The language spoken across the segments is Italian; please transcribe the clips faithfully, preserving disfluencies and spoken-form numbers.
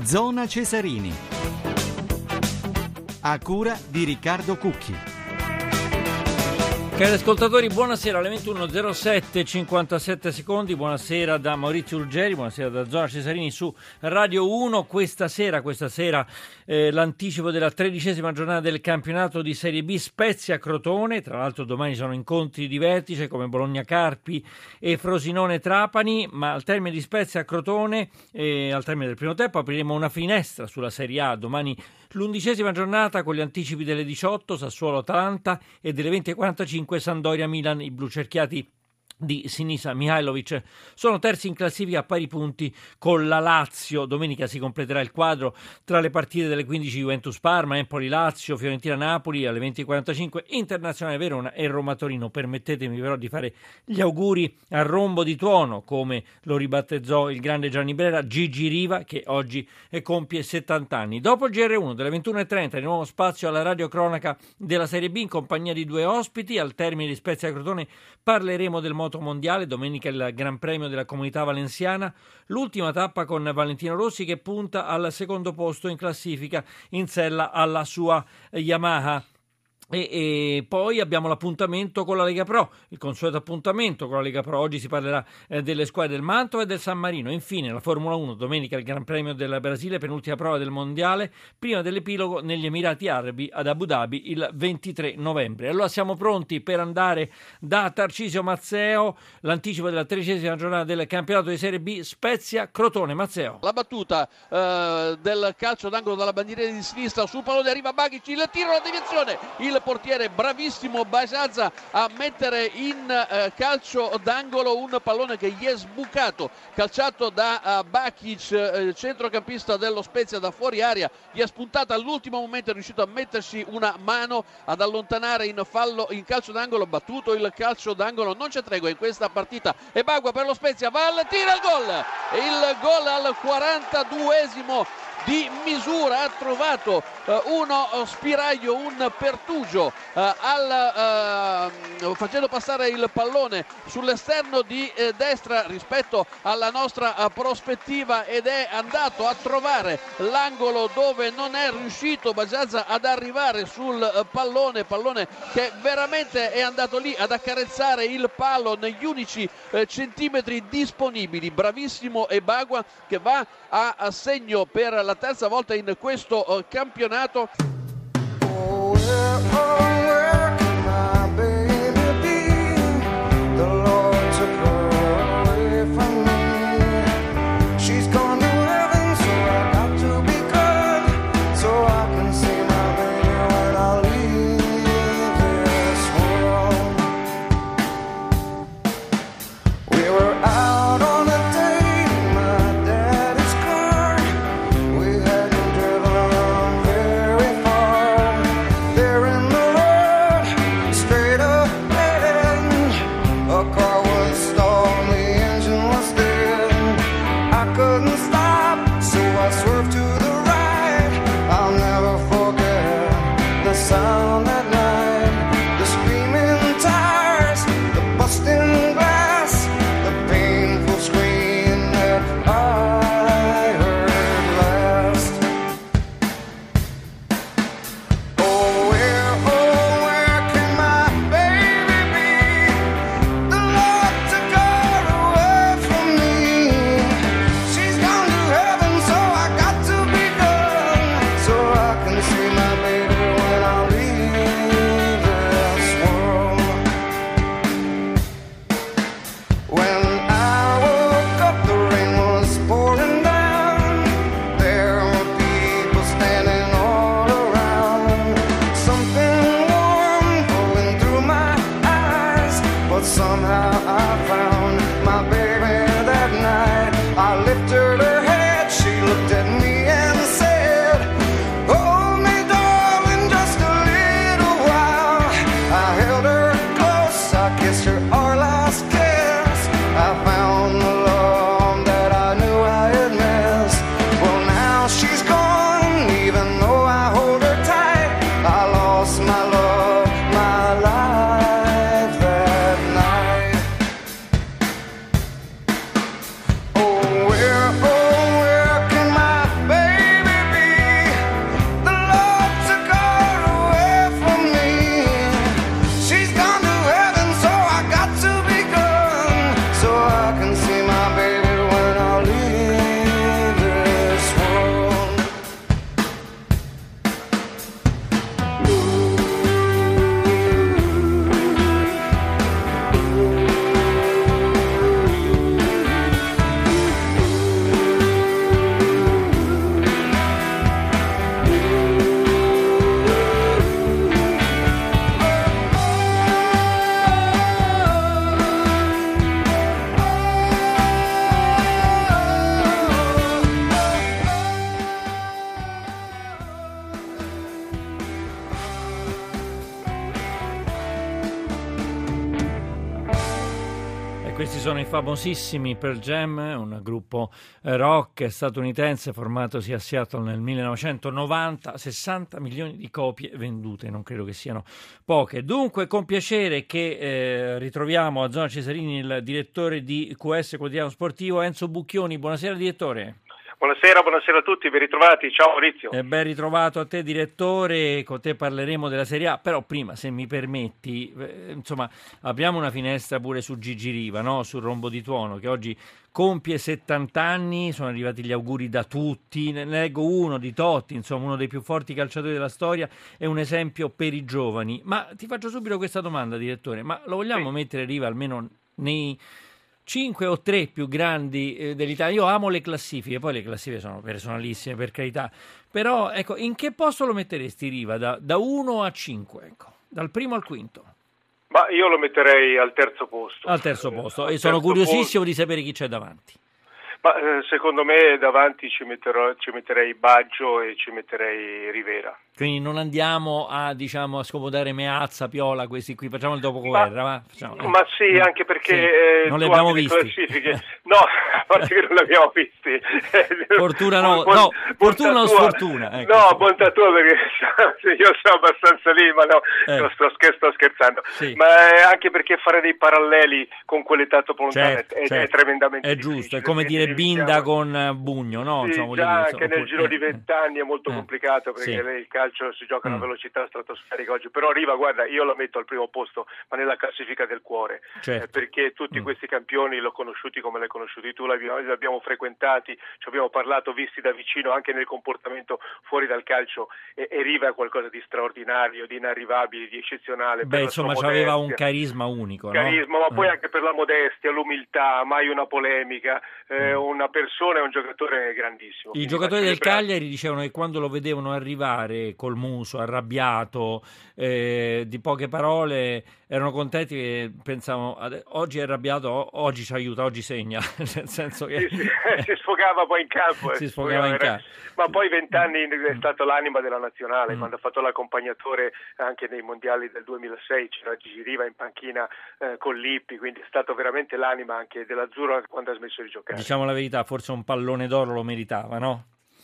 Zona Cesarini, a cura di Riccardo Cucchi. Cari ascoltatori, buonasera, alle ventuno e zero sette, cinquantasette secondi, buonasera da Maurizio Ruggeri, buonasera da Zona Cesarini su Radio uno. Questa sera, questa sera eh, l'anticipo della tredicesima giornata del campionato di Serie B Spezia-Crotone, tra l'altro domani sono incontri di vertice come Bologna-Carpi e Frosinone-Trapani, ma al termine di Spezia-Crotone, eh, al termine del primo tempo, apriremo una finestra sulla Serie A. Domani l'undicesima giornata con gli anticipi delle diciotto, Sassuolo-Atalanta, e delle venti e quarantacinque Sampdoria-Milan. I blucerchiati di Sinisa Mihajlovic sono terzi in classifica a pari punti con la Lazio. Domenica si completerà il quadro tra le partite delle quindici Juventus-Parma, Empoli-Lazio, Fiorentina-Napoli, alle venti e quarantacinque Internazionale-Verona e Roma-Torino. Permettetemi però di fare gli auguri a rombo di tuono, come lo ribattezzò il grande Gianni Brera, Gigi Riva, che oggi compie settanta anni. Dopo il G R uno delle ventuno e trenta, di nuovo spazio alla radiocronaca della Serie B in compagnia di due ospiti. Al termine di Spezia-Crotone parleremo del moto mondiale, domenica il Gran Premio della Comunità Valenziana, l'ultima tappa con Valentino Rossi che punta al secondo posto in classifica in sella alla sua Yamaha. E, e poi abbiamo l'appuntamento con la Lega Pro, il consueto appuntamento con la Lega Pro. Oggi si parlerà eh, delle squadre del Mantova e del San Marino. Infine la Formula uno, domenica il Gran Premio del Brasile, penultima prova del mondiale, prima dell'epilogo negli Emirati Arabi ad Abu Dhabi il ventitré novembre. Allora siamo pronti per andare da Tarcisio Mazzeo, l'anticipo della tredicesima giornata del campionato di Serie B Spezia-Crotone. Mazzeo. La battuta eh, del calcio d'angolo dalla bandiera di sinistra, sul pallone arriva Bagic, il tiro, la deviazione, il portiere bravissimo Bajazza a mettere in eh, calcio d'angolo un pallone che gli è sbucato, calciato da uh, Bakic, eh, centrocampista dello Spezia, da fuori area, gli è spuntata all'ultimo momento, è riuscito a mettersi una mano ad allontanare in fallo, in calcio d'angolo, battuto il calcio d'angolo. Non c'è tregua in questa partita e Bagua per lo Spezia va al tiro, al gol, il gol al quarantaduesimo di misura, ha trovato uh, uno spiraglio, un pertugio uh, al, uh, facendo passare il pallone sull'esterno di uh, destra rispetto alla nostra uh, prospettiva, ed è andato a trovare l'angolo dove non è riuscito Bajazza ad arrivare sul uh, pallone, pallone che veramente è andato lì ad accarezzare il palo negli unici uh, centimetri disponibili. Bravissimo Ebagua, che va a, a segno per la terza volta in questo uh, campionato. Oh, where, oh, where can my baby be? The Lord took her away from me. She's gone to heaven, so I got to be good, so I can see my baby when I leave this world. We were out on a very far sono i famosissimi Pearl Jam, un gruppo rock statunitense formatosi a Seattle nel millenovecentonovanta, sessanta milioni di copie vendute, non credo che siano poche. Dunque, con piacere che eh, ritroviamo a Zona Cesarini il direttore di Q S Quotidiano Sportivo, Enzo Bucchioni. Buonasera direttore. Buonasera, buonasera a tutti, ben ritrovati, ciao Maurizio. E ben ritrovato a te direttore, con te parleremo della Serie A, però prima, se mi permetti, eh, insomma, apriamo una finestra pure su Gigi Riva, no? Sul rombo di tuono, che oggi compie settanta anni, sono arrivati gli auguri da tutti, ne leggo uno di Totti, insomma uno dei più forti calciatori della storia, è un esempio per i giovani. Ma ti faccio subito questa domanda direttore, ma lo vogliamo sì. mettere Riva almeno nei cinque o tre più grandi eh, dell'Italia? Io amo le classifiche, poi le classifiche sono personalissime per carità, però ecco, in che posto lo metteresti Riva da, da uno a cinque, ecco, dal primo al quinto? Ma io lo metterei al terzo posto. Al terzo posto, eh, e sono terzo curiosissimo posto. di sapere chi c'è davanti. Ma eh, secondo me davanti ci, metterò, ci metterei Baggio e ci metterei Rivera. Quindi non andiamo a, diciamo, a scomodare Meazza, Piola, questi qui, facciamo il dopoguerra, va? Facciamo, eh. Ma sì, anche perché... Sì. Eh, non li abbiamo visti. No, a parte che non li abbiamo visti. Fortuna no, Buon, no buon, fortuna o sfortuna. Ecco. No, bontà tua, perché io sono abbastanza lì, ma no, eh. sto, sto, sto scherzando. Sì. Ma eh, anche perché fare dei paralleli con quell'età troppo lontana certo, è, certo. è tremendamente È giusto, difficile. è come dire Binda con Bugno, no? Sì, insomma, già dire, anche nel giro di vent'anni è molto eh. complicato, perché sì. il calcio si gioca a una mm. velocità stratosferica oggi, però Riva, guarda, io lo metto al primo posto, ma nella classifica del cuore, certo. eh, perché tutti mm. questi campioni l'ho conosciuti come l'hai conosciuti tu, li abbiamo frequentati, ci abbiamo parlato, visti da vicino anche nel comportamento fuori dal calcio, e, e Riva è qualcosa di straordinario, di inarrivabile, di eccezionale. Beh, insomma, aveva un carisma unico, carisma, no? ma poi eh. anche per la modestia, l'umiltà, mai una polemica, eh, mm. una persona e un giocatore grandissimo. I giocatori del Cagliari dicevano che quando lo vedevano arrivare col muso arrabbiato, eh, di poche parole, erano contenti e pensavano oggi è arrabbiato, oggi ci aiuta, oggi segna, nel senso che sì, sì, si sfogava poi in campo, si sfogava in campo. Ma poi vent'anni è stato l'anima della nazionale, mm. quando ha fatto l'accompagnatore anche nei mondiali del duemilasei, c'era Gigi Riva in panchina eh, con Lippi, quindi è stato veramente l'anima anche dell'azzurro quando ha smesso di giocare. Diciamo la verità, forse un pallone d'oro lo meritava, no?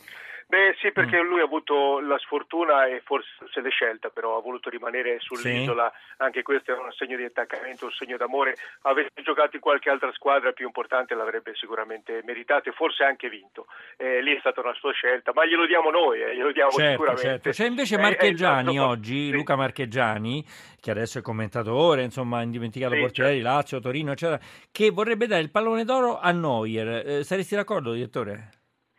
Beh sì, perché mm. lui ha avuto la sfortuna e forse se l'è scelta, però ha voluto rimanere sull'isola, sì. Anche questo è un segno di attaccamento, un segno d'amore. Avesse giocato in qualche altra squadra più importante l'avrebbe sicuramente meritato e forse anche vinto. Eh, lì è stata una sua scelta, ma glielo diamo noi, eh, glielo diamo certo, sicuramente. Certo. C'è invece Marcheggiani nostro... oggi, sì. Luca Marcheggiani, che adesso è commentatore, insomma, indimenticato sì, portiere di certo. Lazio, Torino, eccetera, che vorrebbe dare il pallone d'oro a Neuer. Eh, saresti d'accordo, direttore?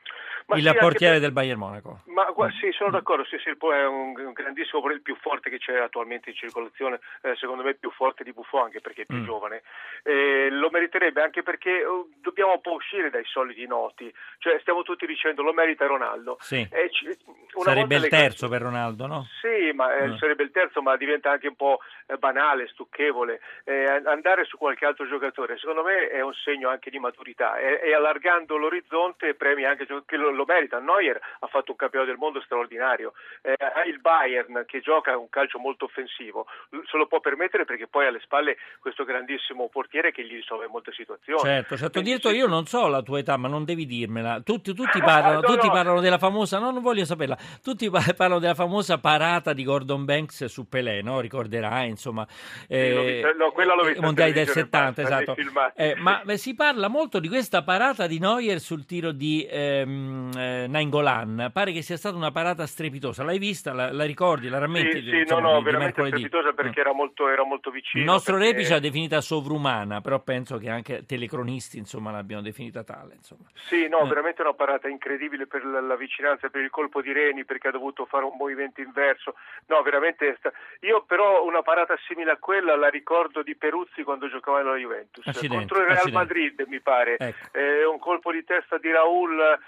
Ma il sì, portiere per... del Bayern Monaco. Ma sì, sono d'accordo, sì, sì, poi è un, un grandissimo, il più forte che c'è attualmente in circolazione, eh, secondo me più forte di Buffon, anche perché è più mm. giovane. Eh, lo meriterebbe anche perché uh, dobbiamo un po' uscire dai soliti noti, cioè stiamo tutti dicendo lo merita Ronaldo. Sì. Eh, c- sarebbe il terzo per Ronaldo, no? Sì, ma eh, mm. sarebbe il terzo, ma diventa anche un po' eh, banale, stucchevole. Eh, andare su qualche altro giocatore, secondo me è un segno anche di maturità e, e allargando l'orizzonte premi anche che lo lo merita. Neuer ha fatto un campionato del mondo straordinario, eh, il Bayern che gioca un calcio molto offensivo se lo può permettere perché poi ha alle spalle questo grandissimo portiere che gli risolve molte situazioni. Certo, certo. Diretto, io non so la tua età, ma non devi dirmela. Tutti, tutti parlano, no, tutti no. parlano della famosa, no, non voglio saperla. Tutti parlano della famosa parata di Gordon Banks su Pelé, no? Ricorderai, insomma, eh, sì, no, quella l'ho vista mondiali del settanta, esatto. Eh, ma beh, si parla molto di questa parata di Neuer sul tiro di ehm, Eh, Nainggolan, pare che sia stata una parata strepitosa. L'hai vista? La, la ricordi? La rammenti? Sì, sì, insomma, no, no, di, veramente di strepitosa perché era molto, era molto vicino. Il nostro perché... Repice l'ha definita sovrumana, però penso che anche telecronisti, insomma, l'abbiano definita tale. Insomma. Sì, no, eh. veramente una parata incredibile per la, la vicinanza, per il colpo di Reni, perché ha dovuto fare un movimento inverso. No, veramente. Sta... Io però una parata simile a quella la ricordo di Peruzzi quando giocava nella Juventus. Accidenti, contro il Real accidenti. Madrid, mi pare. Ecco. Eh, un colpo di testa di Raul. Eh,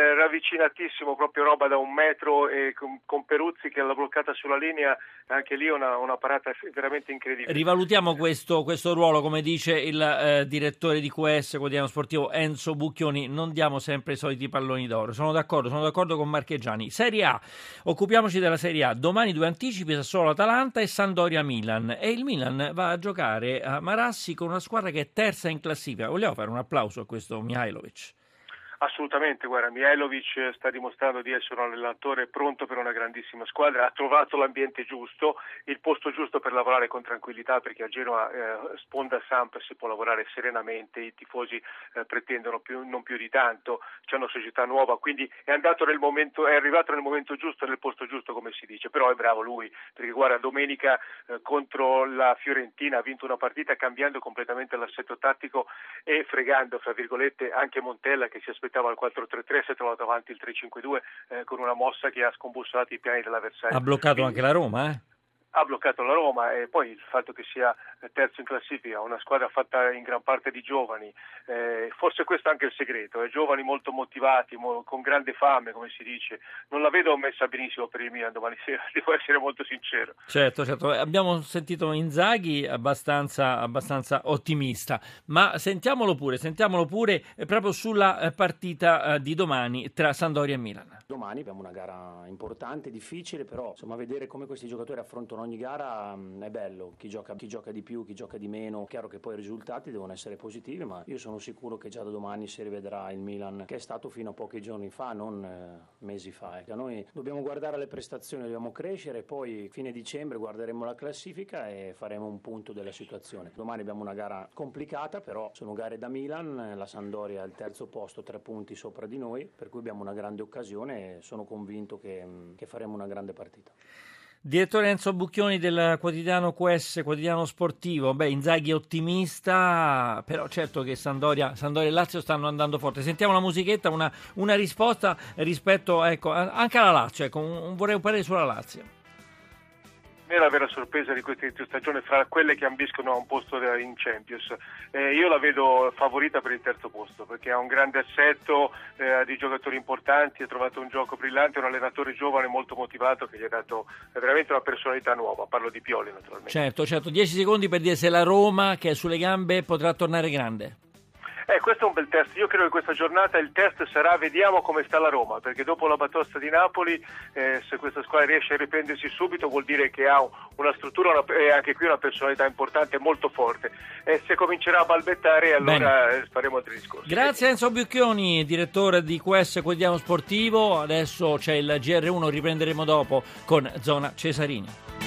eh, ravvicinatissimo, proprio roba da un metro, e con, con Peruzzi che l'ha bloccata sulla linea, anche lì una, una parata veramente incredibile. Rivalutiamo questo, questo ruolo, come dice il eh, direttore di Q S, quotidiano sportivo, Enzo Bucchioni, non diamo sempre i soliti palloni d'oro. Sono d'accordo, sono d'accordo con Marchegiani. Serie A, occupiamoci della Serie A. Domani due anticipi, Sassuolo Atalanta e Sampdoria Milan. E il Milan va a giocare a Marassi con una squadra che è terza in classifica. Vogliamo fare un applauso a questo Mihajlovic? Assolutamente, guarda, Mihajlovic sta dimostrando di essere un allenatore pronto per una grandissima squadra, ha trovato l'ambiente giusto, il posto giusto per lavorare con tranquillità, perché a Genova eh, sponda Samp si può lavorare serenamente, i tifosi eh, pretendono più, non più di tanto, c'è una società nuova, quindi è andato nel momento, è arrivato nel momento giusto e nel posto giusto, come si dice, però è bravo lui, perché guarda, domenica eh, contro la Fiorentina ha vinto una partita cambiando completamente l'assetto tattico e fregando, fra virgolette, anche Montella, che si aspettava al quattro tre tre, si è trovato avanti il tre cinque due eh, con una mossa che ha scombussolato i piani dell'avversario. Ha bloccato Quindi, anche la Roma, eh? Ha bloccato la Roma, e poi il fatto che sia terzo in classifica, una squadra fatta in gran parte di giovani, eh, forse questo è anche il segreto, eh, giovani molto motivati, mo, con grande fame, come si dice. Non la vedo messa benissimo per il Milan domani sera, devo essere molto sincero. Certo, certo. Abbiamo sentito Inzaghi abbastanza, abbastanza ottimista, ma sentiamolo pure, sentiamolo pure eh, proprio sulla eh, partita eh, di domani tra Sampdoria e Milan. Domani abbiamo una gara importante, difficile, però insomma vedere come questi giocatori affrontano ogni gara mh, è bello. Chi gioca, chi gioca di più, chi gioca di meno. Chiaro che poi i risultati devono essere positivi, ma io sono sicuro che già da domani si rivedrà il Milan che è stato fino a pochi giorni fa, non eh, mesi fa. Eh. Noi dobbiamo guardare le prestazioni, dobbiamo crescere, poi fine dicembre guarderemo la classifica e faremo un punto della situazione. Domani abbiamo una gara complicata, però sono gare da Milan, la Sampdoria è al terzo posto, tre punti sopra di noi, per cui abbiamo una grande occasione e sono convinto che, che faremo una grande partita. Direttore Enzo Bucchioni del quotidiano Q S, quotidiano sportivo. Beh, Inzaghi è ottimista, però certo che Sampdoria, Sampdoria e Lazio stanno andando forte. Sentiamo la musichetta, una, una risposta rispetto, ecco, anche alla Lazio. Ecco, un, vorrei un parere sulla Lazio. Me la vera sorpresa di questa inizio stagione fra quelle che ambiscono a un posto in Champions. Eh, io la vedo favorita per il terzo posto, perché ha un grande assetto eh, di giocatori importanti, ha trovato un gioco brillante, un allenatore giovane molto motivato che gli ha dato veramente una personalità nuova. Parlo di Pioli, naturalmente. Certo, certo. Dieci secondi per dire se la Roma, che è sulle gambe, potrà tornare grande. Eh, questo è un bel test. Io credo che questa giornata il test sarà vediamo come sta la Roma, perché dopo la batosta di Napoli, eh, se questa squadra riesce a riprendersi subito vuol dire che ha una struttura una, e anche qui una personalità importante molto forte. E se comincerà a balbettare allora eh, faremo altri discorsi. Grazie Enzo Bucchioni, direttore di Q S Quotidiano Sportivo. Adesso c'è il G R uno, riprenderemo dopo con Zona Cesarini.